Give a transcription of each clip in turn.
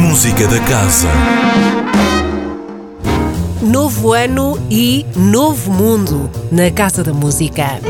Música da Casa. Novo ano e novo mundo na Casa da Música.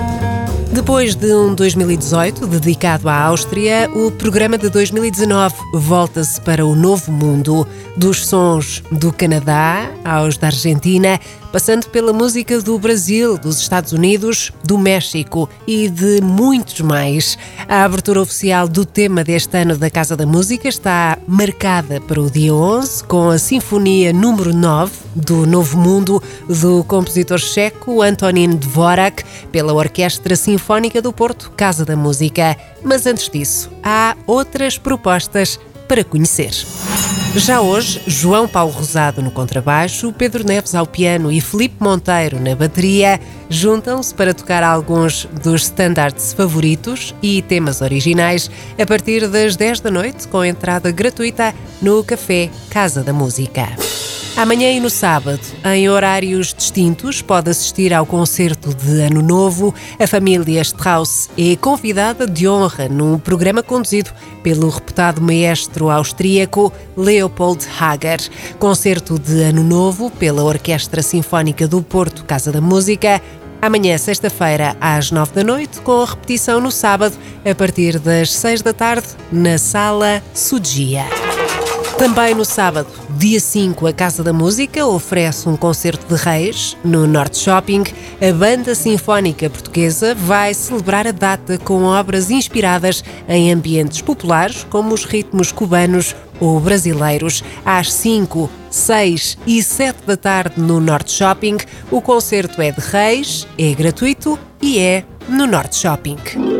Depois de um 2018 dedicado à Áustria, o programa de 2019 volta-se para o novo mundo, dos sons do Canadá aos da Argentina, passando pela música do Brasil, dos Estados Unidos, do México e de muitos mais. A abertura oficial do tema deste ano da Casa da Música está marcada para o dia 11, com a Sinfonia número 9 do Novo Mundo, do compositor checo Antonín Dvořák, pela Orquestra Sinfónica do Porto, Casa da Música. Mas antes disso, há outras propostas para conhecer. Já hoje, João Paulo Rosado no contrabaixo, Pedro Neves ao piano e Filipe Monteiro na bateria juntam-se para tocar alguns dos standards favoritos e temas originais a partir das 10 da noite, com entrada gratuita no Café Casa da Música. Amanhã e no sábado, em horários distintos, pode assistir ao concerto de Ano Novo. A família Strauss é convidada de honra num programa conduzido pelo reputado maestro austríaco Leopold Hager. Concerto de Ano Novo pela Orquestra Sinfónica do Porto, Casa da Música. Amanhã, sexta-feira, às 9 da noite, com a repetição no sábado, a partir das 6 da tarde, na Sala Sugia. Também no sábado, dia 5, a Casa da Música oferece um concerto de reis no Norte Shopping. A Banda Sinfónica Portuguesa vai celebrar a data com obras inspiradas em ambientes populares, como os ritmos cubanos ou brasileiros. Às 5, 6 e 7 da tarde no Norte Shopping, o concerto é de reis, é gratuito e é no Norte Shopping.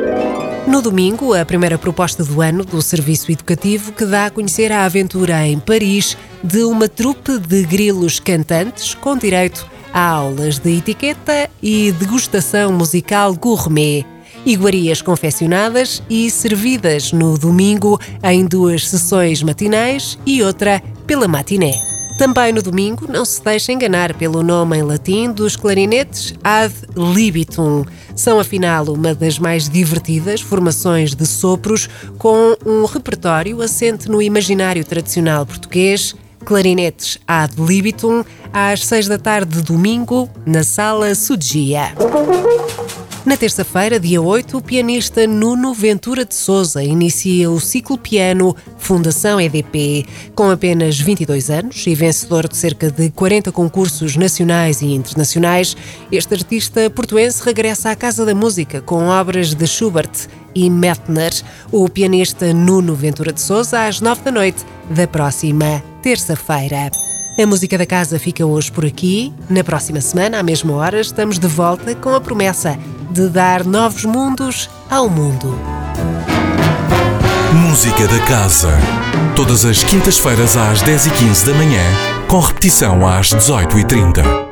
No domingo, a primeira proposta do ano do Serviço Educativo, que dá a conhecer a aventura em Paris de uma trupe de grilos cantantes com direito a aulas de etiqueta e degustação musical gourmet. Iguarias confeccionadas e servidas no domingo em 2 sessões matinais e outra pela matiné. Também no domingo, não se deixe enganar pelo nome em latim dos clarinetes ad libitum. São, afinal, uma das mais divertidas formações de sopros, com um repertório assente no imaginário tradicional português. Clarinetes ad libitum, às 6 da tarde de domingo, na Sala Sugia. Na terça-feira, dia 8, o pianista Nuno Ventura de Sousa inicia o ciclo piano Fundação EDP. Com apenas 22 anos e vencedor de cerca de 40 concursos nacionais e internacionais, este artista portuense regressa à Casa da Música com obras de Schubert e Mettner. O pianista Nuno Ventura de Sousa, às 9 da noite da próxima terça-feira. A Música da Casa fica hoje por aqui. Na próxima semana, à mesma hora, estamos de volta com a promessa de dar novos mundos ao mundo. Música da Casa. Todas as quintas-feiras às 10h15 da manhã, com repetição às 18h30.